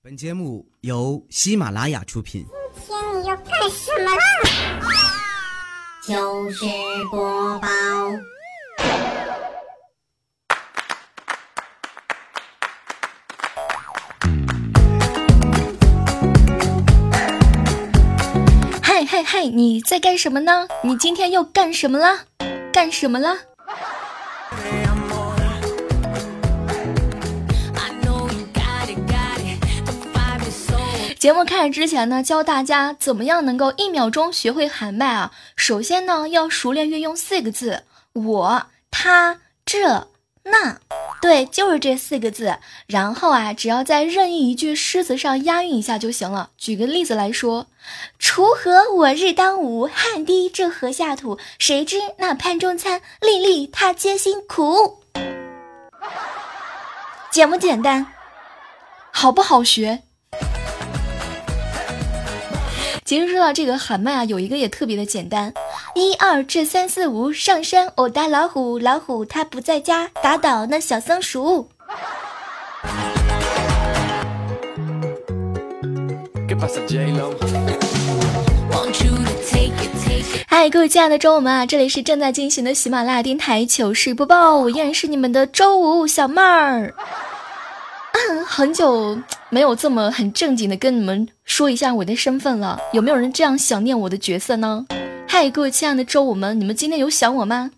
本节目由喜马拉雅出品。 今天你要干什么啦？就是播报。 嗨，你在干什么呢？你今天又干什么了？干什么了？节目开始之前呢，教大家怎么样能够1秒钟学会喊麦啊。首先呢，要熟练运用4个字，我、他、这、那，对，就是这4个字。然后啊，只要在任意一句诗词上押韵一下就行了。举个例子来说，锄禾我日当午，汗滴这禾下土，谁知那盘中餐，粒粒他皆辛苦。简不简单？好不好学？其实说到这个喊麦啊，有一个也特别的简单，1、2这3、4、5，上山偶打老虎，老虎他不在家，打倒那小松鼠。嗨，各位亲爱的周五们啊，这里是正在进行的喜马拉雅电台糗事播报，我依然是你们的周五小妹儿。很久没有这么很正经的跟你们说一下我的身份了，有没有人这样想念我的角色呢？嗨，各位亲爱的周五们，你们今天有想我吗？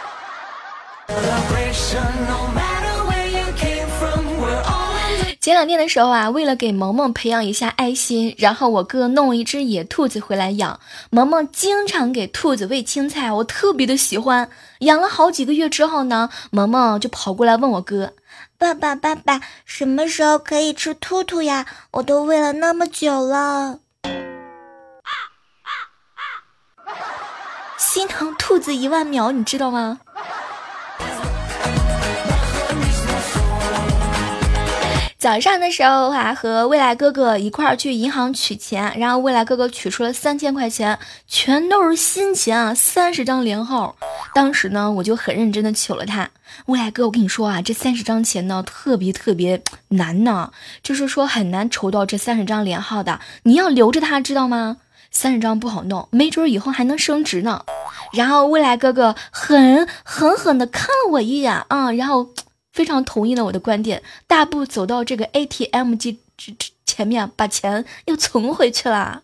前2天的时候啊，为了给萌萌培养一下爱心，然后我哥弄了一只野兔子回来养。萌萌经常给兔子喂青菜，我特别的喜欢。养了好几个月之后呢，萌萌就跑过来问我哥，爸爸，什么时候可以吃兔兔呀？我都喂了那么久了。心疼兔子1万秒，你知道吗？早上的时候啊，和未来哥哥一块儿去银行取钱，然后未来哥哥取出了3000块钱，全都是新钱啊，30张连号。当时呢，我就很认真的求了他，未来哥，我跟你说啊，这30张钱呢，特别难呢，就是说很难筹到这30张连号的，你要留着它，知道吗？30张不好弄，没准以后还能升值呢。然后未来哥哥狠狠的看了我一眼啊，然后非常同意了我的观点，大步走到这个 ATM 机前面，把钱又存回去了。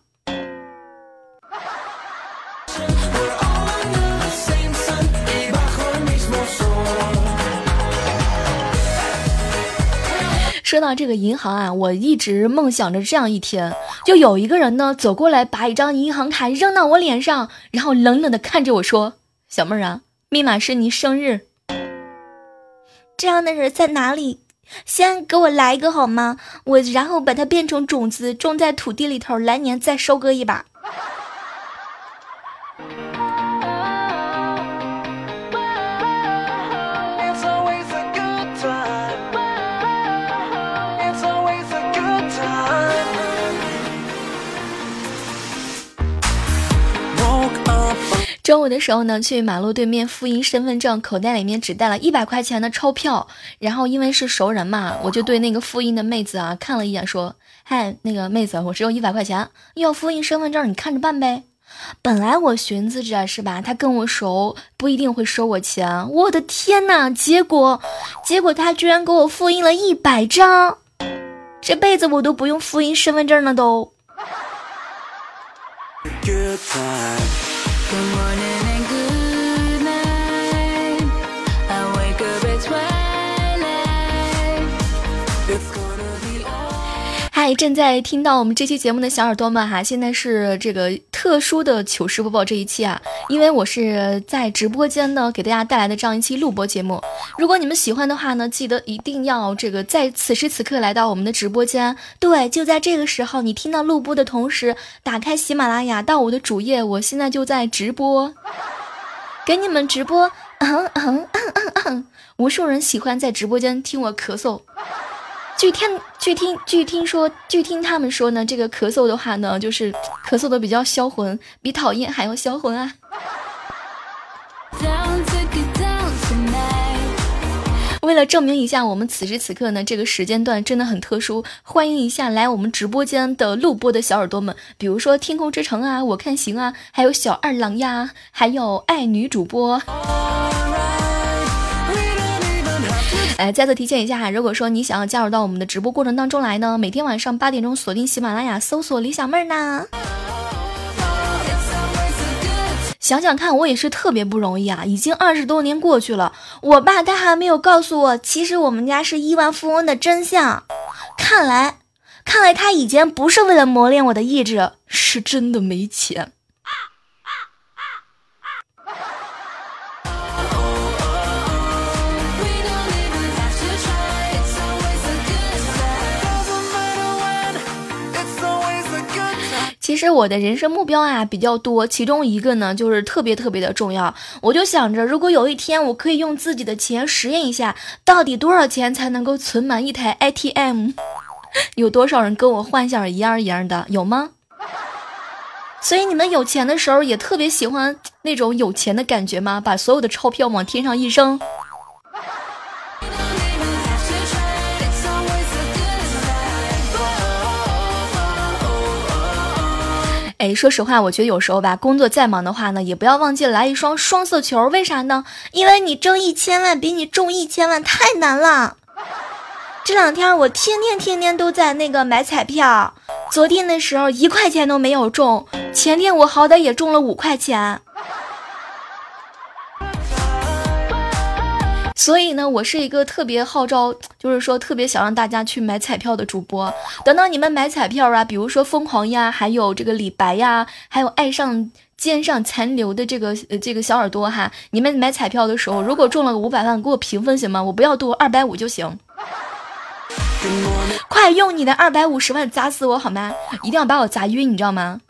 说到这个银行啊，我一直梦想着这样一天，就有一个人呢走过来，把一张银行卡扔到我脸上，然后冷冷的看着我说，小妹儿啊，密码是你生日。这样的人在哪里？先给我来一个好吗？我然后把它变成种子，种在土地里头，来年再收割一把。中午的时候呢，去马路对面复印身份证，口袋里面只带了100块钱的钞票。然后因为是熟人嘛，我就对那个复印的妹子啊看了一眼，说：“嗨，那个妹子，我只有100块钱，要复印身份证，你看着办呗。”本来我寻思着是吧，他跟我熟，不一定会收我钱。我的天哪！结果他居然给我复印了100张，这辈子我都不用复印身份证了都。Good morning and good night. I wake up at twilight. It's gonna be all. 嗨，正在听到我们这期节目的小耳朵们哈，现在是这个特殊的糗事播报这一期啊，因为我是在直播间呢给大家带来的这样一期录播节目。如果你们喜欢的话呢，记得一定要这个在此时此刻来到我们的直播间。对，就在这个时候，你听到录播的同时，打开喜马拉雅到我的主页，我现在就在直播，给你们直播。无数人喜欢在直播间听我咳嗽。据听他们说呢，这个咳嗽的话呢，就是咳嗽的比较销魂，比讨厌还要销魂啊。未为了证明一下我们此时此刻呢这个时间段真的很特殊，欢迎一下来我们直播间的录播的小耳朵们，比如说天空之城啊，我看行啊，还有小二郎呀，还有爱女主播。再次提醒一下，如果说你想要加入到我们的直播过程当中来呢，每天晚上8点钟锁定喜马拉雅，搜索李小妹儿呢。想想看，我也是特别不容易啊，已经20多年过去了，我爸他还没有告诉我，其实我们家是亿万富翁的真相。看来他以前不是为了磨练我的意志，是真的没钱。其实我的人生目标啊比较多，其中一个呢就是特别的重要。我就想着，如果有一天我可以用自己的钱实验一下，到底多少钱才能够存满一台 ATM， 有多少人跟我幻想一样的，有吗？所以你们有钱的时候也特别喜欢那种有钱的感觉吗？把所有的钞票往天上一扔。说实话，我觉得有时候吧，工作再忙的话呢，也不要忘记来一双双色球。为啥呢？因为你挣1000万比你中1000万太难了。这2天我天天都在那个买彩票，昨天的时候1块钱都没有中，前天我好歹也中了5块钱。所以呢，我是一个特别号召，就是说特别想让大家去买彩票的主播。等到你们买彩票啊，比如说疯狂呀，还有这个李白呀，还有爱上肩上残留的这个小耳朵哈，你们买彩票的时候，如果中了500万，给我评分行吗？我不要多，250就行。快用你的250万砸死我好吗？一定要把我砸晕，你知道吗？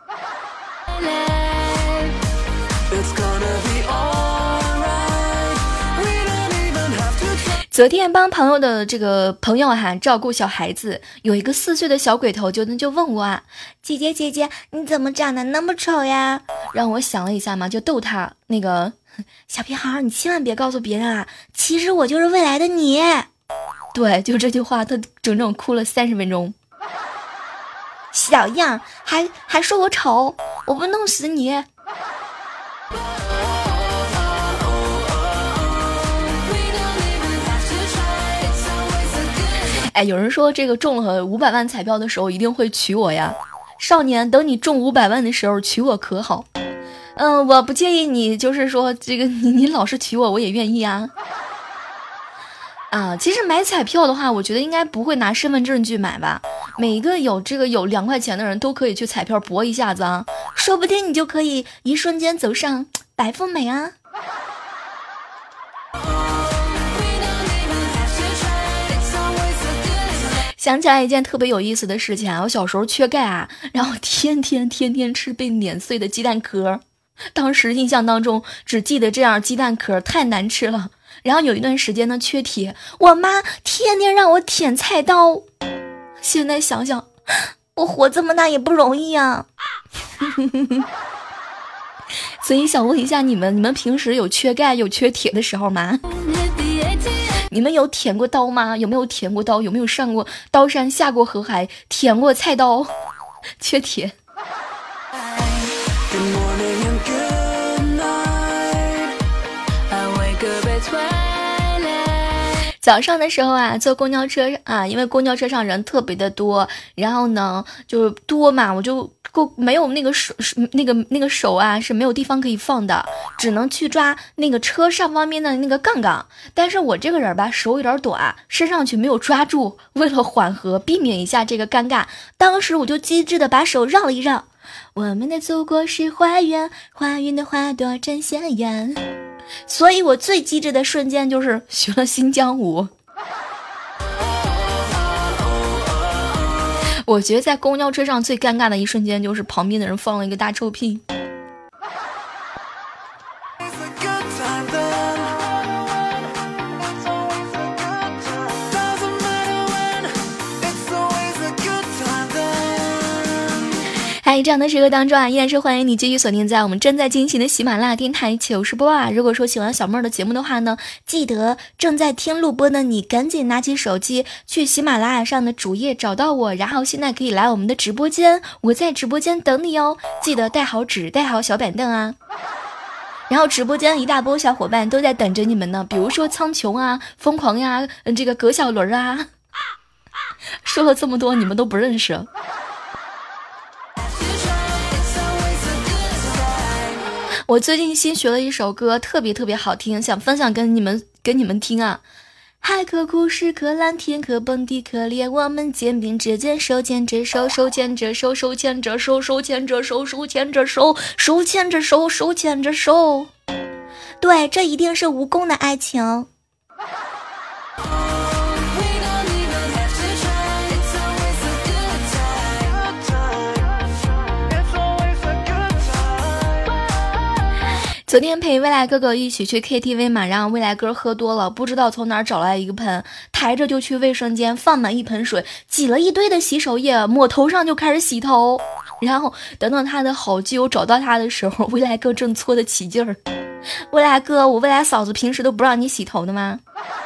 昨天帮朋友的这个朋友哈照顾小孩子，有一个4岁的小鬼头就问我啊，姐姐你怎么长得那么丑呀？让我想了一下嘛，就逗他，那个小屁孩你千万别告诉别人啊，其实我就是未来的你。对，就这句话他整整哭了30分钟。小样，还说我丑，我不弄死你。有人说这个中了500万彩票的时候一定会娶我呀，少年，等你中500万的时候娶我可好？我不介意你，就是说这个你老是娶我，我也愿意啊。其实买彩票的话，我觉得应该不会拿身份证去买吧。每一个有2块钱的人都可以去彩票搏一下子啊，说不定你就可以一瞬间走上白富美啊。想起来一件特别有意思的事情啊，我小时候缺钙啊，然后天天吃被碾碎的鸡蛋壳，当时印象当中只记得这样鸡蛋壳太难吃了。然后有一段时间呢缺铁，我妈天天让我舔菜刀，现在想想我活这么大也不容易啊。所以想问一下你们平时有缺钙有缺铁的时候吗？你们有舔过刀吗？有没有舔过刀？有没有上过刀山下过河海舔过菜刀？缺铁。早上的时候啊，坐公交车啊，因为公交车上人特别的多，然后呢就多嘛，我就没有那个手啊是没有地方可以放的，只能去抓那个车上方面的那个杠杠。但是我这个人吧，手有点短，伸上去没有抓住，为了缓和避免一下这个尴尬，当时我就机智的把手绕了一绕。我们的祖国是花园，花园的花朵真鲜艳。所以我最机智的瞬间就是学了新疆舞。我觉得在公交车上最尴尬的一瞬间就是旁边的人放了一个大臭屁。 这样的时刻当中啊，依然是欢迎你继续锁定在我们正在进行的喜马拉雅电台糗事播啊。如果说喜欢小妹儿的节目的话呢，记得正在听录播的你赶紧拿起手机去喜马拉雅上的主页找到我，然后现在可以来我们的直播间，我在直播间等你哦，记得带好纸带好小板凳啊。然后直播间一大波小伙伴都在等着你们呢，比如说苍穹啊、疯狂呀、这个葛小伦啊。说了这么多你们都不认识。我最近新学了一首歌，特别好听，想分享给你们听啊。海可枯石可烂，天可崩地可裂，我们肩并着肩，手牵着手，手牵着手，手牵着手，手牵着手，手牵着手，手牵着手，手牵着手。对，这一定是蜈蚣的爱情。昨天陪未来哥哥一起去 KTV 嘛，然后未来哥喝多了，不知道从哪儿找来一个盆，抬着就去卫生间，放满一盆水，挤了一堆的洗手液，抹头上就开始洗头。然后等到他的好基友找到他的时候，未来哥正搓得起劲儿。未来哥，我未来嫂子平时都不让你洗头的吗？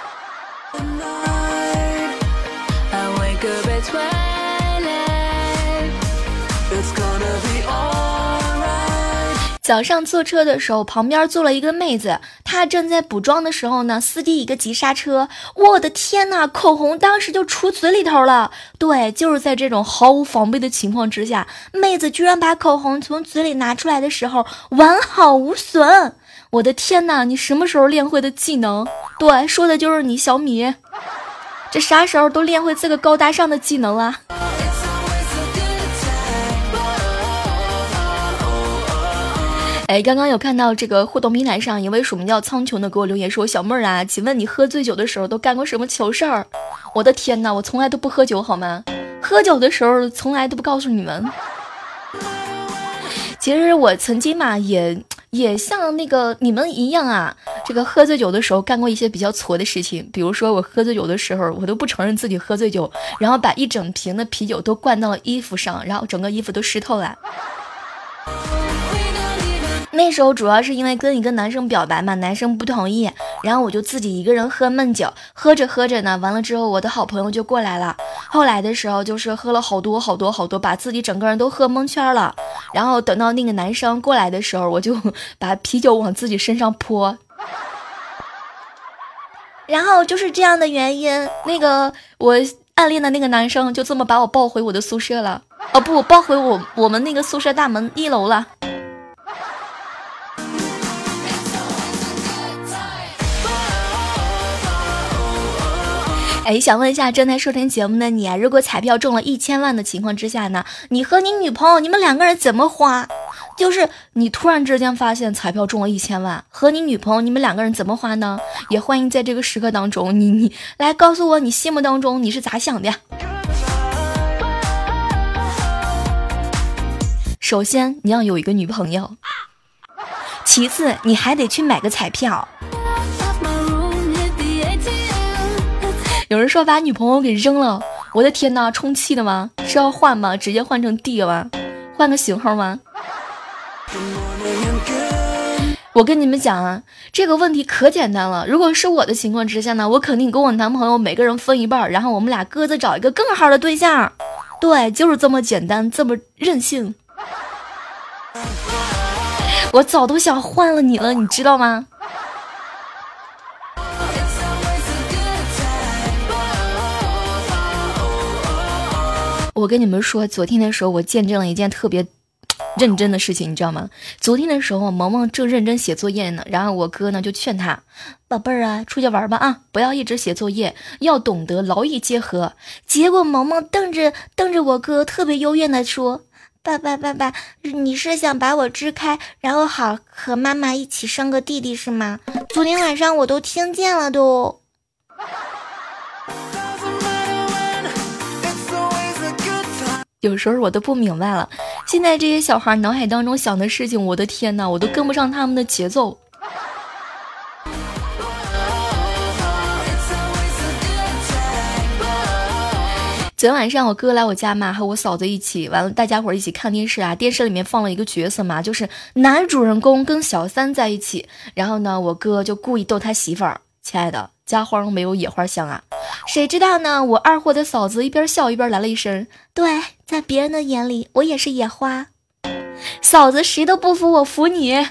早上坐车的时候，旁边坐了一个妹子，她正在补妆的时候呢，司机一个急刹车，我的天哪，口红当时就出嘴里头了。对，就是在这种毫无防备的情况之下，妹子居然把口红从嘴里拿出来的时候完好无损。我的天哪，你什么时候练会的技能？对，说的就是你小米，这啥时候都练会这个高大上的技能了。刚刚有看到这个互动平台上一位署名叫苍穹的给我留言说，小妹儿啊，请问你喝醉酒的时候都干过什么糗事儿？我的天哪，我从来都不喝酒好吗？喝酒的时候从来都不告诉你们。其实我曾经嘛也像那个你们一样啊，这个喝醉酒的时候干过一些比较挫的事情。比如说我喝醉酒的时候，我都不承认自己喝醉酒，然后把一整瓶的啤酒都灌到了衣服上，然后整个衣服都湿透了。那时候主要是因为跟一个男生表白嘛，男生不同意，然后我就自己一个人喝闷酒，喝着喝着呢，完了之后我的好朋友就过来了。后来的时候就是喝了好多，把自己整个人都喝蒙圈了。然后等到那个男生过来的时候，我就把啤酒往自己身上泼。然后就是这样的原因，那个我暗恋的那个男生就这么把我抱回我的宿舍了。哦不，抱回我们那个宿舍大门1楼了。想问一下正在收听节目的你啊，如果彩票中了1000万的情况之下呢，你和你女朋友你们两个人怎么花？就是你突然之间发现彩票中了1000万，和你女朋友你们两个人怎么花呢？也欢迎在这个时刻当中，你来告诉我你心目当中你是咋想的呀？首先你要有一个女朋友，其次你还得去买个彩票。有人说把女朋友给扔了，我的天哪，充气的吗？是要换吗？直接换成 D 吗？换个型号吗？我跟你们讲啊，这个问题可简单了。如果是我的情况之下呢，我肯定跟我男朋友每个人分一半，然后我们俩各自找一个更好的对象。对，就是这么简单，这么任性。我早都想换了你了，你知道吗？我跟你们说，昨天的时候我见证了一件特别认真的事情，你知道吗？昨天的时候萌萌正认真写作业呢，然后我哥呢就劝他，宝贝儿啊，出去玩吧啊，不要一直写作业，要懂得劳逸结合。结果萌萌瞪着我哥，特别幽怨的说，爸爸，你是想把我支开，然后好和妈妈一起生个弟弟是吗？昨天晚上我都听见了都。有时候我都不明白了，现在这些小孩脑海当中想的事情，我的天哪，我都跟不上他们的节奏。 昨天晚上我哥来我家嘛，和我嫂子一起，完了大家伙一起看电视啊，电视里面放了一个角色嘛，就是男主人公跟小三在一起，然后呢我哥就故意逗他媳妇儿，亲爱的，家荒没有野花香啊。谁知道呢，我二货的嫂子一边笑一边来了一声，对，在别人的眼里我也是野花。嫂子谁都不服我服你。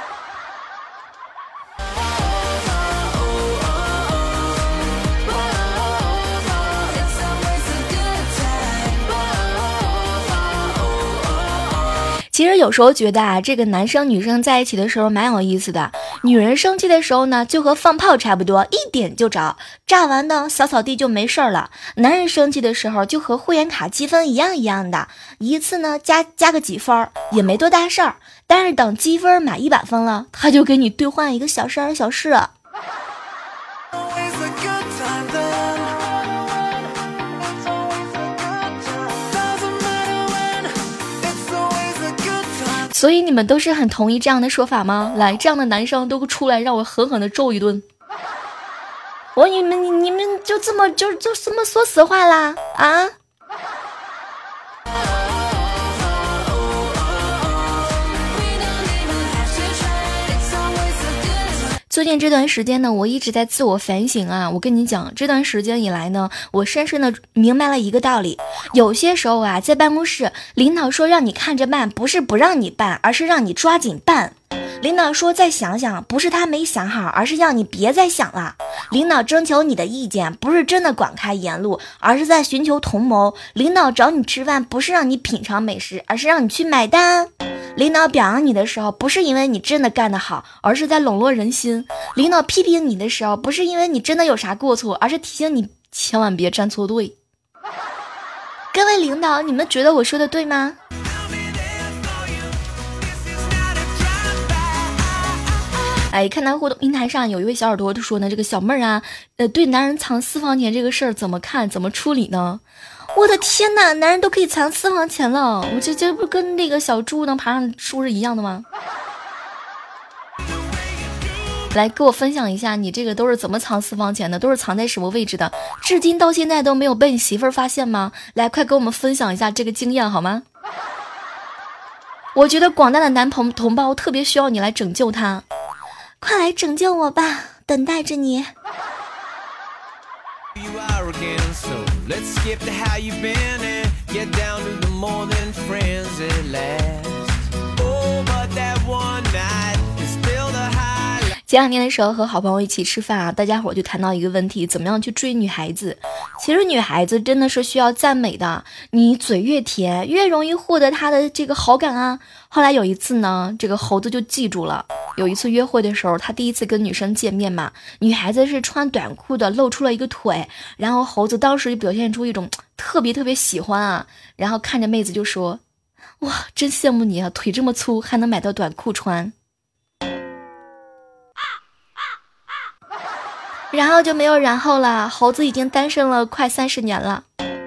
其实有时候觉得啊，这个男生女生在一起的时候蛮有意思的。女人生气的时候呢，就和放炮差不多，一点就着，炸完呢扫扫地就没事了。男人生气的时候就和会员卡积分一样的，一次呢加个几分也没多大事儿，但是等积分满100分了，他就给你兑换一个小事。所以你们都是很同意这样的说法吗？来，这样的男生都出来让我狠狠的揍一顿。你们就这么说实话啦啊？最近这段时间呢，我一直在自我反省啊。我跟你讲，这段时间以来呢，我深深的明白了一个道理。有些时候啊，在办公室，领导说让你看着办，不是不让你办，而是让你抓紧办。领导说再想想，不是他没想好，而是让你别再想了。领导征求你的意见，不是真的广开言路，而是在寻求同谋。领导找你吃饭，不是让你品尝美食，而是让你去买单。领导表扬你的时候，不是因为你真的干得好，而是在笼络人心。领导批评你的时候，不是因为你真的有啥过错，而是提醒你千万别站错队。各位领导，你们觉得我说的对吗？看到互动平台上有一位小耳朵就说呢，这个小妹儿啊，对男人藏私房钱这个事儿怎么看，怎么处理呢？我的天哪，男人都可以藏私房钱了，我这不跟那个小猪能爬上树是一样的吗？来给我分享一下，你这个都是怎么藏私房钱的，都是藏在什么位置的？至今到现在都没有被你媳妇儿发现吗？来，快给我们分享一下这个经验好吗？我觉得广大的男同胞特别需要你来拯救他，快来拯救我吧，等待着你。前两天的时候和好朋友一起吃饭啊，大家伙就谈到一个问题，怎么样去追女孩子。其实女孩子真的是需要赞美的，你嘴越甜越容易获得她的这个好感啊。后来有一次呢，这个猴子就记住了，有一次约会的时候，他第一次跟女生见面嘛，女孩子是穿短裤的，露出了一个腿，然后猴子当时就表现出一种特别喜欢啊，然后看着妹子就说，哇，真羡慕你啊，腿这么粗还能买到短裤穿。然后就没有然后了，猴子已经单身了快30年了。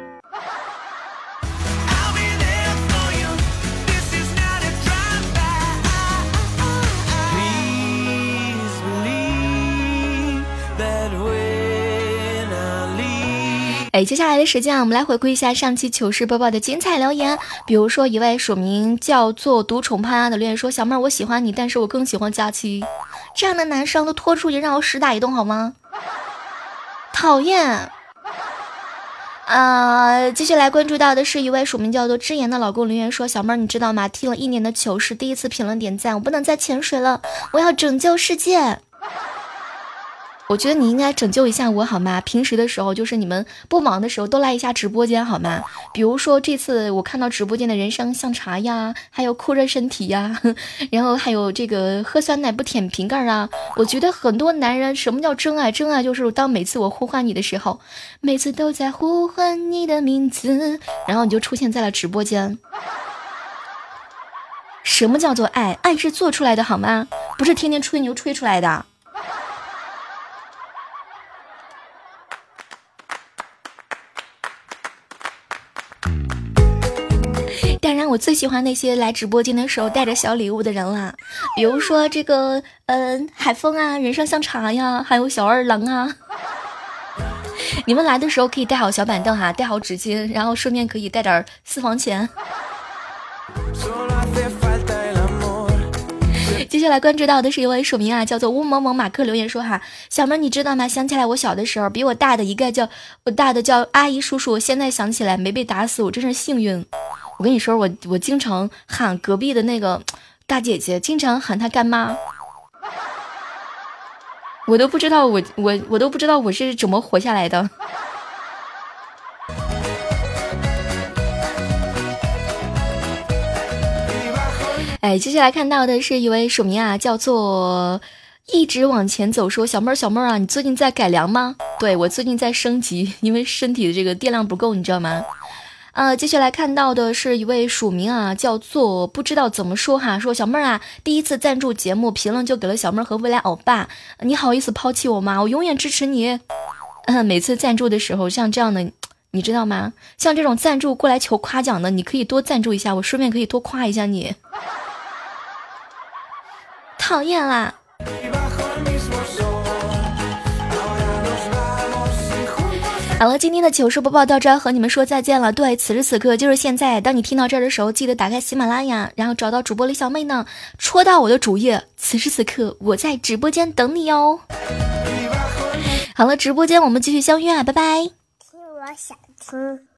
接下来的时间我们来回顾一下上期糗事播报的精彩留言。比如说一位署名叫做独宠潘安的留言说，小妹儿我喜欢你，但是我更喜欢假期。这样的男生都拖出去让我实打一顿好吗？讨厌。继续来关注到的是一位署名叫做之言的老公留言说，小妹儿你知道吗，听了1年的糗事，第一次评论点赞，我不能再潜水了，我要拯救世界。我觉得你应该拯救一下我好吗？平时的时候，就是你们不忙的时候都来一下直播间好吗？比如说这次我看到直播间的人参香茶呀，还有酷热身体呀，然后还有这个喝酸奶不舔瓶盖啊。我觉得很多男人，什么叫真爱？真爱就是当每次我呼唤你的时候，每次都在呼唤你的名字，然后你就出现在了直播间。什么叫做爱？爱是做出来的好吗？不是天天吹牛吹出来的。当然我最喜欢那些来直播间的时候带着小礼物的人啦，比如说这个海风啊，人参香茶呀，还有小二郎啊。 你们来的时候可以带好小板凳哈，带好纸巾，然后顺便可以带点私房钱。接下来关注到的是一位署名啊，叫做乌萌萌马克留言说哈，小妹你知道吗？想起来我小的时候，比我大的一个叫阿姨叔叔，现在想起来没被打死，我真是幸运。我跟你说，我经常喊隔壁的那个大姐姐，经常喊她干妈，我都不知道我都不知道我是怎么活下来的。哎，接下来看到的是一位署名啊，叫做一直往前走说，小妹儿啊，你最近在改良吗？对，我最近在升级，因为身体的这个电量不够，你知道吗？接下来看到的是一位署名啊，叫做不知道怎么说哈，说小妹儿啊，第一次赞助节目，评论就给了小妹儿和未来欧巴，你好意思抛弃我吗？我永远支持你。每次赞助的时候，像这样的，你知道吗？像这种赞助过来求夸奖的，你可以多赞助一下，我顺便可以多夸一下你。讨厌啦！好了，今天的糗事播报到这儿，和你们说再见了。对，此时此刻就是现在，当你听到这儿的时候，记得打开喜马拉雅，然后找到主播李小妹呢，戳到我的主页。此时此刻，我在直播间等你哦。好了，直播间我们继续相约啊，拜拜。 听我想听。